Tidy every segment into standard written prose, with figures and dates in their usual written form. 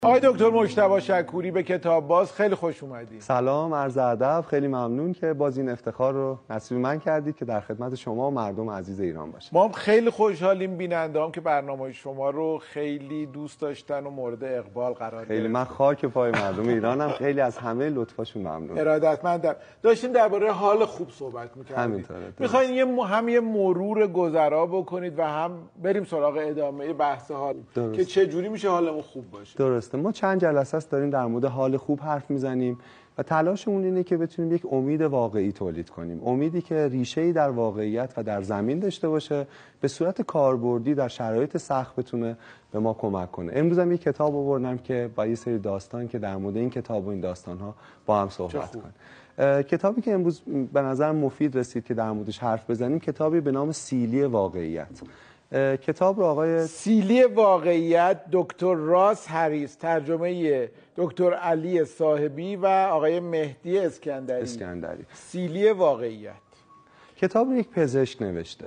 آقای دکتر مجتبی شکوری به کتاب باز خیلی خوش اومدید. سلام، عرض ادب. خیلی ممنون که باز این افتخار رو نصیب من کردید که در خدمت شما و مردم عزیز ایران باشم. ما هم خیلی خوشحالیم بیننده‌ام که برنامه شما رو خیلی دوست داشتن و مورد اقبال قرار گرفتن. خیلی من خاک پای مردم ایرانم. خیلی از همه لطفاشون ممنون. ارادتمندم. داشتیم درباره حال خوب صحبت می‌کردیم. همینطوره. می‌خواید هم یه مرور گذرا بکنید و هم بریم سراغ ادامه بحث حال که چه جوری میشه حالمون خوب باشه. درسته. ما چند جلسه است داریم در مورد حال خوب حرف میزنیم و تلاشمون اینه که بتونیم یک امید واقعی تولید کنیم. امیدی که ریشه‌ای در واقعیت و در زمین داشته باشه، به صورت کاربردی در شرایط سخت بتونه به ما کمک کنه. امروز هم یک کتاب آوردم که با یه سری داستان که در مورد این کتاب و این داستان‌ها با هم صحبت کنیم. کتابی که امروز به نظر مفید رسید که در موردش حرف بزنیم، کتابی به نام سیلی واقعیت. کتاب رو آقای سیلی واقعیت دکتر راس هریس، ترجمه دکتر علی صاحبی و آقای مهدی اسکندری. سیلی واقعیت. کتاب رو یک پزشک نوشته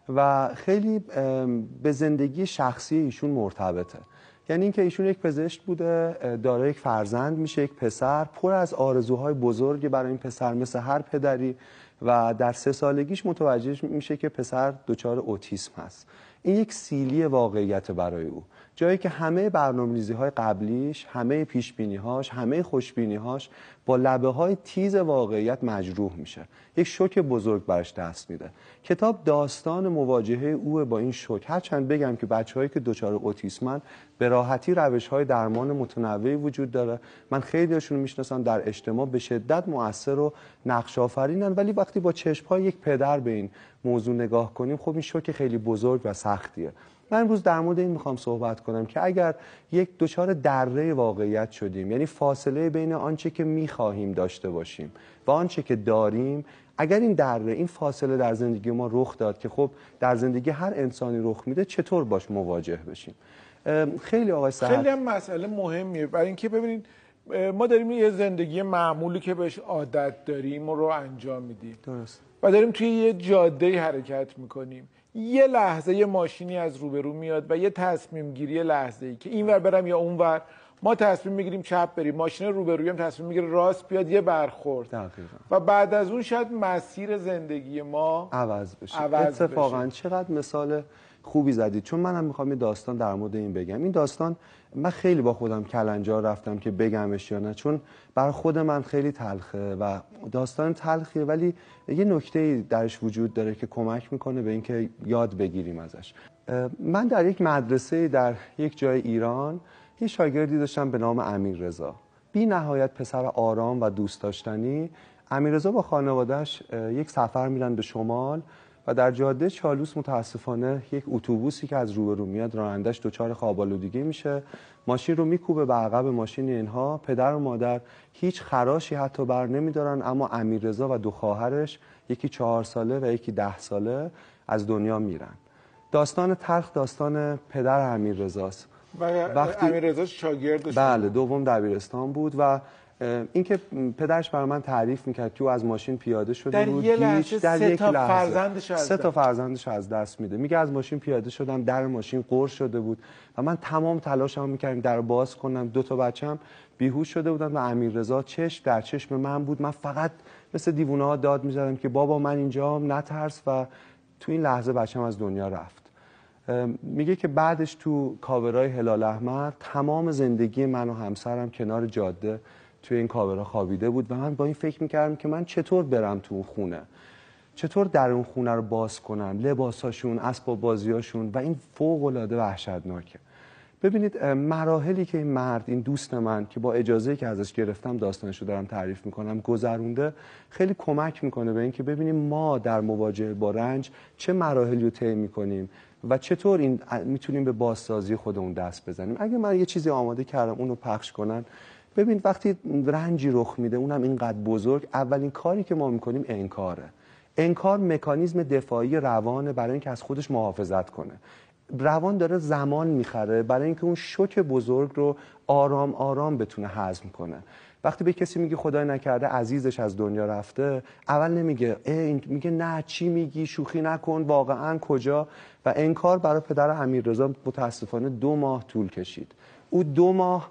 و خیلی به زندگی شخصی ایشون مرتبطه. یعنی اینکه ایشون یک پزشک بوده، دارای یک فرزند میشه، یک پسر، پر از آرزوهای بزرگی برای این پسر مثل هر پدری، و در 3 سالگیش متوجه میشه که پسر دچار اوتیسم هست. این یک سیلی واقعیت برای او، جایی که همه برنامه‌ریزی‌های قبلیش، همه پیش‌بینی‌هاش، همه خوشبینی‌هاش با لبه‌های تیز واقعیت مجروح میشه. یک شوک بزرگ برش دست میده. کتاب داستان مواجهه او با این شوک. هرچند بگم که بچه‌هایی که دچار اوتیسمن به راحتی روش‌های درمان متنوعی وجود داره. من خیلی‌هاشون رو میشناسم، در اجتماع به شدت مؤثر و نقش‌آفرینن، ولی وقتی با چشم‌های یک پدر به این موضوع نگاه کنیم، خب این شوک خیلی بزرگ و سختیه. من امروز در مورد این میخوام صحبت کنم که اگر یک دچار دره واقعیت شدیم، یعنی فاصله بین آنچه که میخواهیم داشته باشیم و آنچه که داریم، اگر این دره، این فاصله در زندگی ما رخ داد که خب در زندگی هر انسانی رخ میده، چطور باش مواجه بشیم؟ خیلی آقای صاحب خیلی هم مسئله مهمیه، برای اینکه ببینید ما داریم یه زندگی معمولی که بهش عادت داریم رو انجام میدیم. درست. و داریم توی یه جاده حرکت میکنیم. یه لحظه یه ماشینی از روبرو میاد و یه تصمیم گیری لحظه‌ای که اینور برم یا اونور، ما تصمیم میگیریم چپ بریم، ماشین روبروی هم تصمیم میگیره راست بیاد، یه برخورد. دقیقاً. و بعد از اون شاید مسیر زندگی ما عوض بشه. اتفاقاً چقدر مثال خوبی زدید، چون منم میخوام یه داستان در مورد این بگم. این داستان من خیلی با خودم کلنجار رفتم که بگمش یا نه، چون برای خود من خیلی تلخه و داستان تلخیه، ولی یه نکته‌ای درش وجود داره که کمک میکنه به اینکه یاد بگیریم ازش. من در یک مدرسه در یک جای ایران یه شاگردی داشتم به نام امیررضا. بی نهایت پسر آرام و دوست داشتنی. امیررضا با خانواده‌اش یک سفر میرن به شمال و در جاده چالوس متاسفانه یک اتوبوسی که از روبرو میاد، رانندش دچار خواب‌آلودگی میشه، ماشین رو میکوبه به عقب ماشین اینها. پدر و مادر هیچ خراشی حتی بر نمیدارن، اما امیررضا و 2 خواهرش، یکی 4 ساله و یکی 10 ساله، از دنیا میرن. داستان تلخ داستان پدر امیررضاست. وقتی امیررضا شاگردش، بله، دوم دبیرستان بود و اینکه پدرش برای من تعریف میکرد که او از ماشین پیاده شده بود، در یک لحظه 3 تا فرزندش از دست میده. میگه از ماشین پیاده شدم، در ماشین قرص شده بود و من تمام تلاشمو میکردم در باز کنم. 2 تا بچه‌م بیهوش شده بودن و امیررضا چشم در چشم من بود. من فقط مثل دیوونه‌ها داد میزدم که بابا من اینجام، نترس. و تو این لحظه بچه‌م از دنیا رفت. میگه که بعدش تو کاورای هلال احمر تمام زندگی من و همسرم کنار جاده توی این کاورا خوابیده بود و من با این فکر میکردم که من چطور برم تو اون خونه، چطور در اون خونه رو باز کنم، لباساشون، اسباب بازیاشون، و این فوق‌العاده وحشتناکه. ببینید مراحلی که این مرد، این دوست من که با اجازه‌ای که ازش گرفتم داستانش رو دارم تعریف میکنم، گذرونده، خیلی کمک میکنه به اینکه ببینیم ما در مواجهه با رنج چه مراحلی رو طی میکنیم و چطور این میتونیم به بازسازی خودمون دست بزنیم. اگه من یه چیزی آماده کردم اونو پخش کنن، ببین وقتی رنجی رخ میده، اونم اینقدر بزرگ، اولین کاری که ما میکنیم انکاره. انکار مکانیزم دفاعی روانه برای اینکه از خودش محافظت کنه. روان داره زمان میخره برای اینکه اون شوک بزرگ رو آرام آرام بتونه هضم کنه. وقتی به کسی میگه خدای نکرده عزیزش از دنیا رفته، اول نمیگه میگه نه چی میگی، شوخی نکن، واقعا کجا. و انکار برای پدر امیررضا متاسفانه 2 ماه طول کشید. او 2 ماه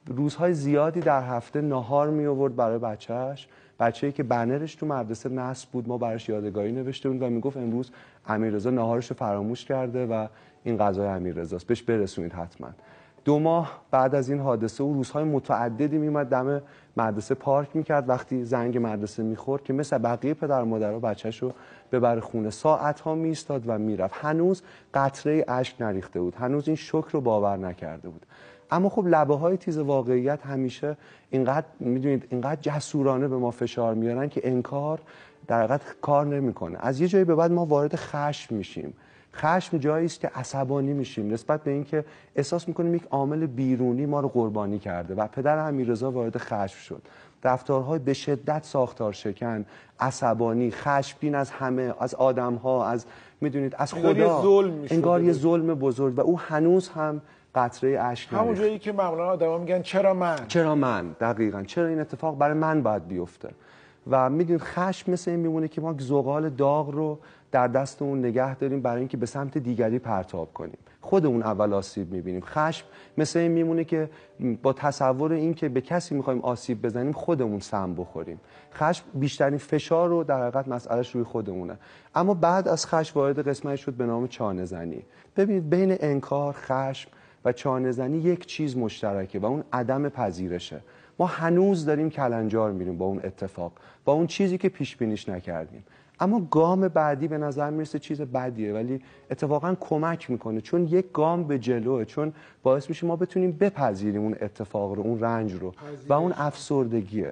روزهای زیادی در هفته ناهار می آورد برای بچه‌اش، بچه‌ای که بنرش تو مدرسه نصب بود، ما براش یادگاری نوشته بودیم و میگفت امروز امیررضا ناهارش رو فراموش کرده و این غذای امیررضاست، بهش برسونید حتما. 2 ماه بعد از این حادثه او روزهای متعددی میومد دم مدرسه پارک میکرد وقتی زنگ مدرسه میخورد که مثل بقیه پدر و مادرها بچه‌شو ببره خونه. ساعت‌ها میایستاد و میرفت، هنوز قطره اشک نریخته بود، هنوز این شوک رو باور نکرده بود. اما خب لبه‌های تیز واقعیت همیشه اینقدر میدونید اینقدر جسورانه به ما فشار میارن که انکار در حقیقت کار نمیکنه. از یه جایی به بعد ما وارد خشم میشیم. خشم جایی است که عصبانی میشیم نسبت به اینکه احساس میکنیم یک عامل بیرونی ما رو قربانی کرده و پدر امیررضا وارد خشم شد. رفتارهای به شدت ساختار شکن، عصبانی، خشمگین از همه، از آدم‌ها، از میدونید از خدا، انگار یه ظلم بزرگ و او هنوز هم قطره اشک همون جایی که معمولا آدما میگن چرا من دقیقاً چرا این اتفاق برای من باید بیفته. و میدونید خشم مثل این میمونه که ما زغال داغ رو در دستمون نگه داریم برای اینکه به سمت دیگری پرتاب کنیم، خودمون اول آسیب میبینیم. خشم مثل این میمونه که با تصور این که به کسی میخوایم آسیب بزنیم خودمون سم بخوریم. خشم بیشترین فشار رو در حقیقت مسئلهش روی خودمونه. اما بعد از خشم وارد قسمتی شد به نام چانه زنی. ببینید بین انکار، خشم و چانه زنی یک چیز مشترکه و اون عدم پذیرشه. ما هنوز داریم کلنجار میریم با اون اتفاق، با اون چیزی که پیش بینیش نکردیم. اما گام بعدی به نظر میرسه چیز بدیه ولی اتفاقا کمک میکنه، چون یک گام به جلوه، چون باعث میشه ما بتونیم بپذیریم اون اتفاق رو، اون رنج رو و اون افسردگیه.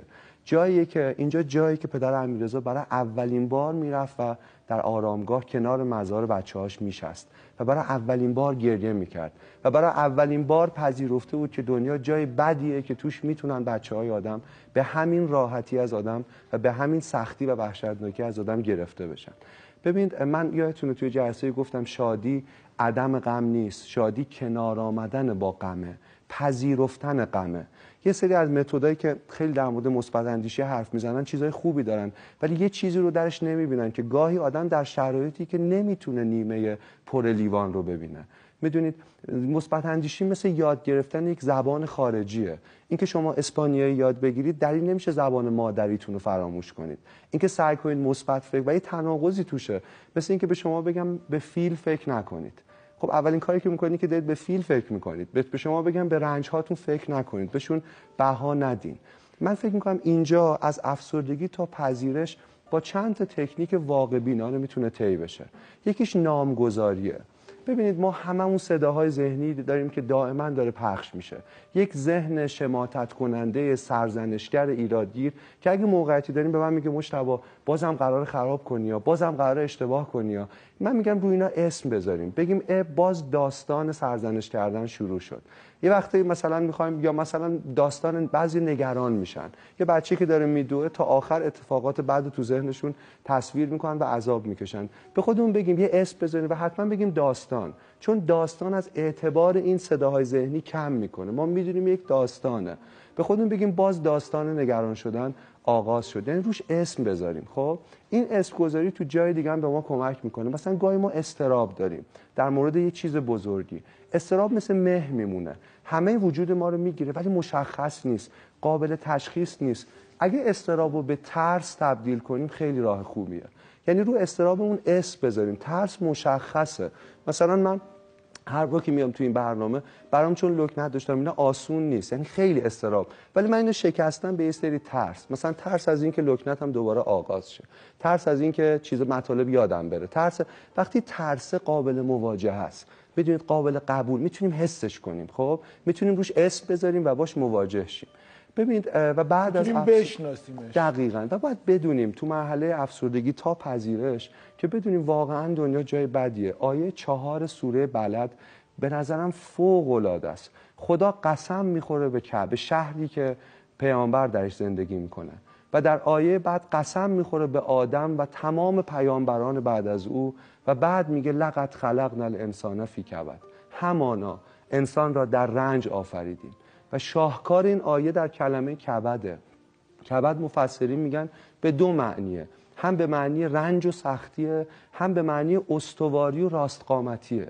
اینجا جایی که پدر امیررضا برای اولین بار میرفت و در آرامگاه کنار مزار بچه‌هاش میشست و برای اولین بار گریه میکرد و برای اولین بار پذیرفته بود که دنیا جای بدیه که توش میتونن بچه‌های آدم به همین راحتی از آدم و به همین سختی و وحشتناکی از آدم گرفته بشن. ببینید من یادتونه توی جلسه گفتم شادی عدم غم نیست، شادی کنار آمدن با غمه، پذیرفتن غمه. یه سری از متدایی که خیلی در مورد مثبت اندیشی حرف میزنن چیزای خوبی دارن ولی یه چیزی رو درش نمیبینن که گاهی آدم در شرایطی که نمیتونه نیمه پر لیوان رو ببینه. میدونید مثبت اندیشی مثل یاد گرفتن یک زبان خارجیه. اینکه شما اسپانیایی یاد بگیرید دلیل نمیشه زبان مادریتون رو فراموش کنید. اینکه سعی کنید مثبت فکر و یه تناقضی توشه، مثل اینکه به شما بگم به فیل فکر نکنید. خب اولین کاری که میکنید که دارید به فیل فکر میکنید. به شما بگم به رنج هاتون فکر نکنید، بهشون بها ندین. من فکر میکنم اینجا از افسردگی تا پذیرش با چند تا تکنیک واقع بینانه میتونه طی بشه. یکیش نامگذاریه. ببینید ما هممون صداهای ذهنی داریم که دائما داره پخش میشه. یک ذهن شماتت کننده، سرزنشگر، ایرادگیر که اگه موقعیتی داریم به من میگه مجتبی بازم قرار خراب کنی یا بازم قرار اشتباه کنی یا من میگم روی اینا اسم بذاریم، بگیم باز داستان سرزنش کردن شروع شد. یه وقتی مثلا میخوایم یا مثلا داستان بعضی نگران میشن، یه بچه که داره میدوه تا آخر اتفاقات بعد تو ذهنشون تصویر میکنن و عذاب میکشن، به خودمون بگیم یه اسم بذاریم و حتما بگیم داستان، چون داستان از اعتبار این صداهای ذهنی کم میکنه. ما میدونیم یک داستانه، به خودمون بگیم باز داستان نگران شدن آغاز شد، یعنی روش اسم بذاریم. خب این اسم گذاری تو جای دیگه هم به ما کمک میکنه. مثلا گاهی ما اضطراب داریم در مورد یه چیز بزرگی، اضطراب مثل مه میمونه، همه وجود ما رو میگیره ولی مشخص نیست، قابل تشخیص نیست. اگه اضطراب رو به ترس تبدیل کنیم خیلی راه خوبیه، یعنی رو اضطرابمون اسم بذاریم. ترس مشخصه. مثلا من هر بار که میام تو این برنامه برام چون لکنت داشتم اینا آسون نیست، یعنی خیلی اضطراب، ولی من اینو شکستم به یه سری ترس. مثلا ترس از این که لکنتم دوباره آغاز شه، ترس از این که چیز مطالب یادم بره، ترس وقتی ترس قابل مواجهه است، میدونید قابل قبول، میتونیم حسش کنیم، خب میتونیم روش اسم بذاریم و باش مواجه شیم. ببینید و بعد از بشناسیمش دقیقاً و باید بدونیم تو مرحله افسردگی تا پذیرش که بدونیم واقعاً دنیا جای بدیه. آیه 4 سوره بلد به نظرم فوق العاده است. خدا قسم میخوره به کعبه، شهری که پیامبر درش زندگی میکنه، و در آیه بعد قسم میخوره به آدم و تمام پیامبران بعد از او و بعد میگه لقد خلقنا الانسان فی کبد، همانا انسان را در رنج آفریدیم. و شاهکار این آیه در کلمه کبده. کبد مفسرین میگن به 2 معنیه، هم به معنی رنج و سختیه، هم به معنی استواری و راستقامتیه.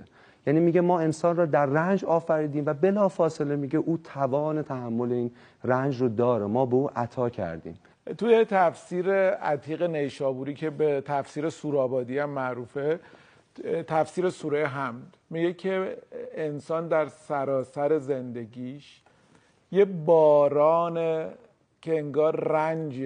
یعنی میگه ما انسان را در رنج آفریدیم و بلافاصله میگه او توان تحمل این رنج رو داره، ما به او عطا کردیم. توی تفسیر عتیق نیشابوری که به تفسیر سورابادی هم معروفه، تفسیر سوره حمد، میگه که انسان در سراسر زندگیش یه باران که انگار رنج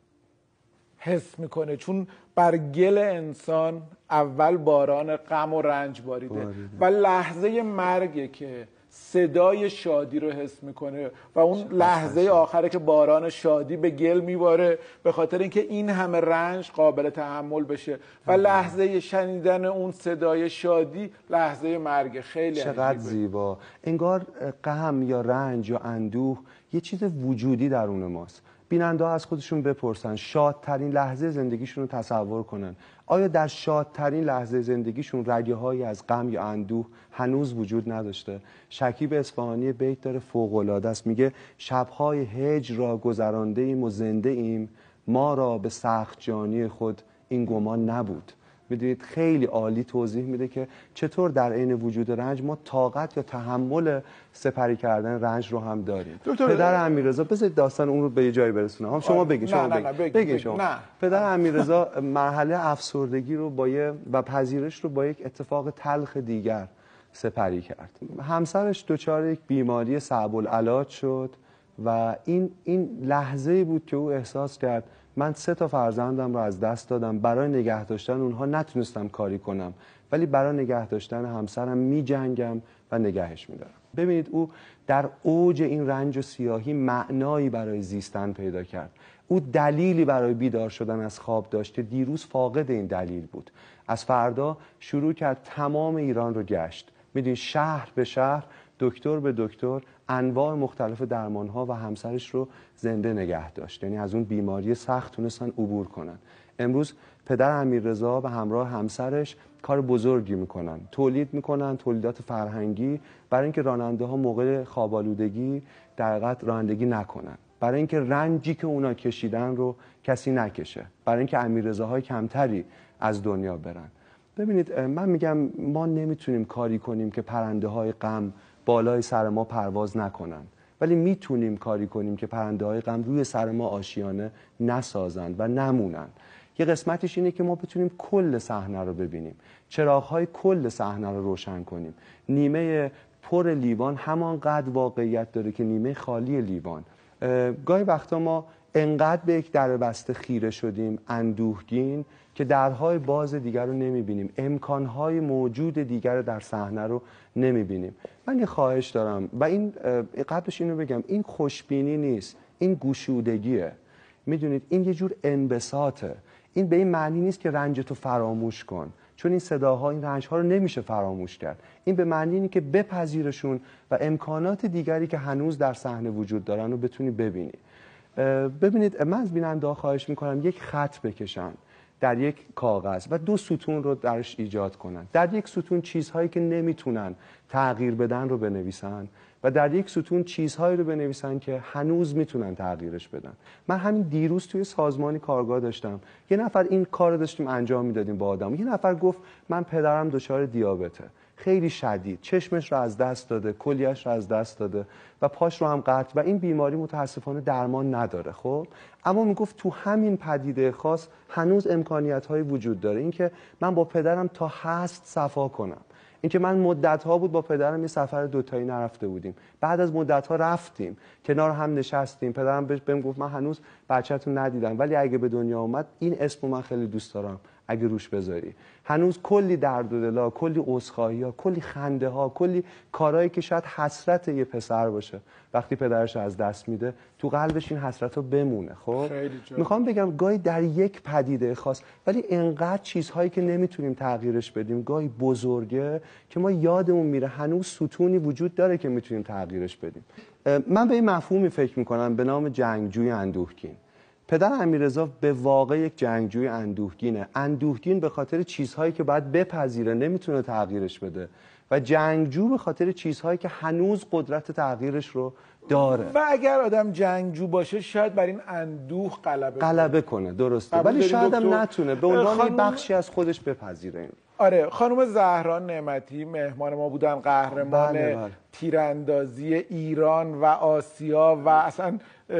حس میکنه، چون بر گل انسان اول باران غم و رنج باریده و لحظه مرگه که صدای شادی رو حس میکنه و اون لحظه آخره که باران شادی به گل میباره به خاطر اینکه این همه رنج قابل تحمل بشه و لحظه شنیدن اون صدای شادی لحظه مرگ. خیلی چقدر زیبا. انگار غم یا رنج یا اندوه یه چیز وجودی درون ماست. بیننده ها از خودشون بپرسن شادترین لحظه زندگیشون رو تصور کنن. آیا در شادترین لحظه زندگیشون رگه هایی از غم یا اندوه هنوز وجود نداشته؟ شکیب اصفهانی بیت داره فوق العاده است، میگه شبهای هجر را گذرانده ایم و زنده ایم، ما را به سخت جانی خود این گمان نبود. میدونید خیلی عالی توضیح میده که چطور در عین وجود رنج ما طاقت یا تحمل سپری کردن رنج رو هم داریم. پدر امیررضا بذارید داستان اون رو به یه جایی برسونم. شما بگین. بگین شما. پدر امیررضا مرحله افسردگی رو و پذیرش رو با یک اتفاق تلخ دیگر سپری کرد. همسرش دچار یک بیماری صعب العلاج شد و این لحظه‌ای بود که او احساس کرد من 3 تا فرزندم رو از دست دادم، برای نگه داشتن اونها نتونستم کاری کنم، ولی برای نگه داشتن همسرم می‌جنگم و نگهش می‌دارم. ببینید او در اوج این رنج و سیاهی معنایی برای زیستن پیدا کرد. او دلیلی برای بیدار شدن از خواب داشت که دیروز فاقد این دلیل بود. از فردا شروع کرد تمام ایران رو گشت. می‌دونید شهر به شهر، دکتر به دکتر، انواع مختلف درمان‌ها و همسرش رو زنده نگه داشت. یعنی از اون بیماری سخت تونستن عبور کنن. امروز پدر امیررضا و همراه همسرش کار بزرگی میکنن، تولید میکنن تولیدات فرهنگی برای اینکه راننده‌ها موقع خواب‌آلودگی در حقیقت رانندگی نکنن، برای اینکه رنجی که اونا کشیدن رو کسی نکشه، برای اینکه امیررضاهای کمتری از دنیا برن. ببینید من میگم ما نمیتونیم کاری کنیم که پرنده‌های غم بالای سر ما پرواز نکنن، ولی میتونیم کاری کنیم که پرنده‌های غم روی سر ما آشیانه نسازن و نمونن. یه قسمتش اینه که ما بتونیم کل صحنه رو ببینیم، چراغ‌های کل صحنه رو روشن کنیم. نیمه پر لیوان همانقدر واقعیت داره که نیمه خالی لیوان. گاهی وقتا ما انقدر به یک در بسته خیره شدیم، اندوهگین، که درهای باز دیگر رو نمیبینیم، امکانهای موجود دیگر در صحنه رو نمیبینیم. من یه خواهش دارم و این قبلش اینو بگم، این خوشبینی نیست، این گشودگیه. میدونید این یه جور انبساطه. این به این معنی نیست که رنجتو فراموش کن، چون این صداها این رنجها رو نمیشه فراموش کرد. این به معنی اینه که بپذیرشون و امکانات دیگری که هنوز در صحنه وجود دارن رو بتونی ببینی. ببینید من از بیننده‌ها خواهش میکنم یک خط بکشن در یک کاغذ و 2 ستون رو درش ایجاد کنن. در یک ستون چیزهایی که نمیتونن تغییر بدن رو بنویسن و در یک ستون چیزهایی رو بنویسن که هنوز میتونن تغییرش بدن. من همین دیروز توی سازمانی کارگاه داشتم، یه نفر این کار رو داشتیم انجام میدادیم با آدم. یه نفر گفت من پدرم دچار دیابته، خیلی شدید، چشمش رو از دست داده، کلیه‌اش رو از دست داده و پاش رو هم قطع و این بیماری متاسفانه درمان نداره. خب اما میگفت تو همین پدیده خاص هنوز امکانیت‌های وجود داره. اینکه من با پدرم تا هست صفا کنم، اینکه من مدت‌ها بود با پدرم یه سفر 2 تایی نرفته بودیم، بعد از مدت‌ها رفتیم، کنار هم نشستیم، پدرم بهم گفت من هنوز بچه‌تون ندیدم ولی اگه به دنیا اومد این اسمو من خیلی دوست دارم اگه روش بذاری. هنوز کلی درد و دلا، کلی عذرخواهی‌ها، کلی خنده‌ها، کلی کارهایی که شاید حسرت یه پسر باشه وقتی پدرش از دست میده تو قلبش این حسرت رو بمونه. خب میخوام بگم گاهی در یک پدیده خاص ولی انقدر چیزهایی که نمیتونیم تغییرش بدیم گاهی بزرگه که ما یادمون میره هنوز ستونی وجود داره که میتونیم تغییرش بدیم. من به این مفهومی فکر میکنم به نام جنگجوی اندوهگین. پدر امیررضا به واقع یک جنگجوی اندوهگینه. اندوهگین به خاطر چیزهایی که باید بپذیره نمیتونه تغییرش بده و جنگجو به خاطر چیزهایی که هنوز قدرت تغییرش رو داره. و اگر آدم جنگجو باشه شاید بر این اندوه غلبه کنه. درسته، ولی شاید هم نتونه به عنوان بخشی از خودش بپذیره. آره، خانم زهرا نعمتی مهمان ما بودن، قهرمان بله. تیراندازی ایران و آسیا و اصلا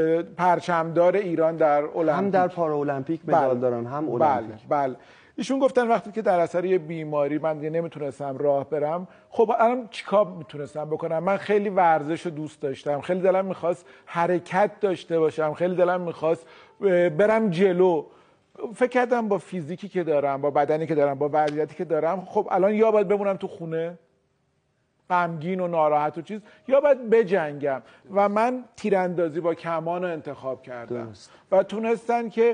پرچمدار ایران در المپیک، هم در پارالمپیک مدال دارن هم المپیک. بله. ایشون گفتن وقتی که در اثر یه بیماری من دیگه نمیتونستم راه برم، خب الان چیکار میتونستم بکنم؟ من خیلی ورزش رو دوست داشتم، خیلی دلم میخواست حرکت داشته باشم، خیلی دلم میخواست برم جلو. فکر کردم با فیزیکی که دارم، با بدنی که دارم، با وضعیتی که دارم، خب الان یا باید بمونم تو خونه غمگین و ناراحت و چیز، یا باید بجنگم. و من تیراندازی با کمان رو انتخاب کردم. درست. و تونستن که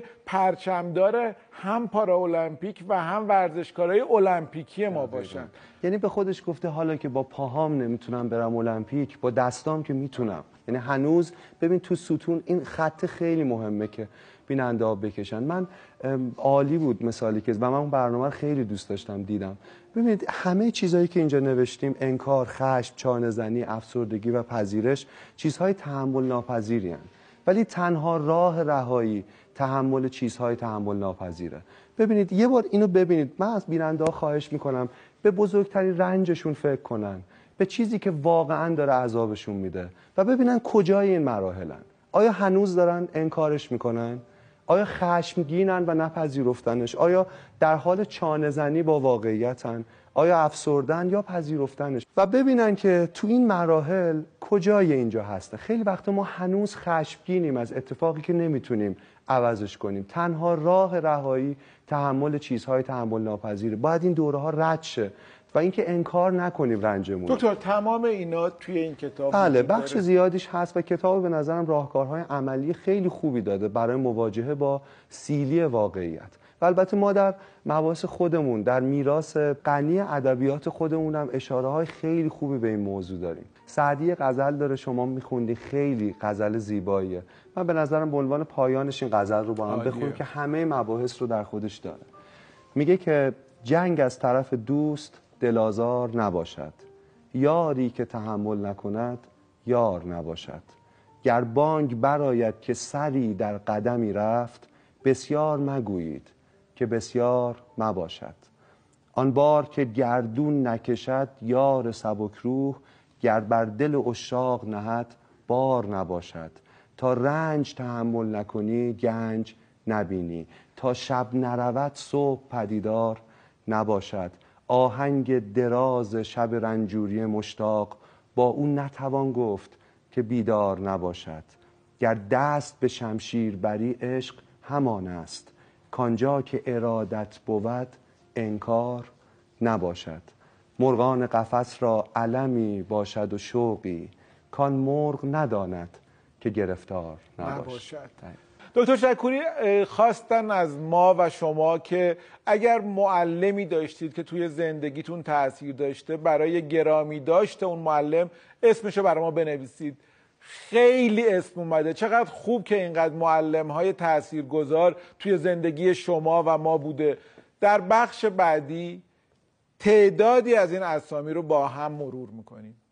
پرچمدار هم پارالمپیک و هم ورزشکارای المپیکی ما باشن. یعنی به خودش گفته حالا که با پاهام نمیتونم برم المپیک، با دستام که میتونم. یعنی هنوز ببین تو ستون این خط خیلی مهمه که بیننده ها بکشن. من عالی بود مثالی که و من اون برنامه رو خیلی دوست داشتم دیدم. ببینید همه چیزایی که اینجا نوشتیم، انکار، خشم، چانه‌زنی، افسردگی و پذیرش، چیزهای تحمل ناپذیری هستند. ولی تنها راه رهایی تحمل چیزهای تحمل ناپذیره. ببینید یه بار اینو ببینید، من از بیننده ها خواهش میکنم به بزرگترین رنجشون فکر کنن، به چیزی که واقعا داره عذابشون میده و ببینن کجای این مراحلن. آیا هنوز دارن انکارش میکنن؟ آیا خشمگینن و نپذیرفتنش؟ آیا در حال چانه‌زنی با واقعیتن؟ آیا افسردن یا پذیرفتنش؟ و ببینن که تو این مراحل کجای اینجا هسته. خیلی وقت ما هنوز خشمگینیم از اتفاقی که نمیتونیم عوضش کنیم. تنها راه رهایی تحمل چیزهای تحمل ناپذیره. باید این دوره ها رد شه و اینکه انکار نکنیم رنجمون. دکتر تمام اینا توی این کتاب بله، بخش زیادیش هست و کتاب به نظرم راهکارهای عملی خیلی خوبی داده برای مواجهه با سیلی واقعیت. و البته ما در مباحث خودمون، در میراث غنی ادبیات خودمون هم اشاره‌های خیلی خوبی به این موضوع داریم. سعدی غزل داره، شما میخوندی، خیلی غزل زیباییه. من به نظرم به عنوان پایانش این غزل رو با هم بخونیم که همه مباحث رو در خودش داره. میگه که جنگ از طرف دوست دلازار نباشد، یاری که تحمل نکند یار نباشد. گر بانگ برآید که سری در قدمی رفت، بسیار مگویید که بسیار مباشد. آن بار که گردون نکشد یار سبکروح، گر بر دل عشاق نهد بار نباشد. تا رنج تحمل نکنی گنج نبینی، تا شب نرود صبح پدیدار نباشد. آهنگ دراز شب رنجوری مشتاق، با اون نتوان گفت که بیدار نباشد. گر دست به شمشیر بری عشق همان است، کانجا که ارادت بود انکار نباشد. مرغان قفس را علمی باشد و شوقی، کان مرغ نداند که گرفتار نباشد. دکتر شکوری خواستن از ما و شما که اگر معلمی داشتید که توی زندگیتون تأثیر داشته، برای گرامی داشته اون معلم اسمشو برای ما بنویسید. خیلی اسم اومده. چقدر خوب که اینقدر معلم‌های تاثیرگذار توی زندگی شما و ما بوده. در بخش بعدی تعدادی از این اسامی رو با هم مرور میکنیم.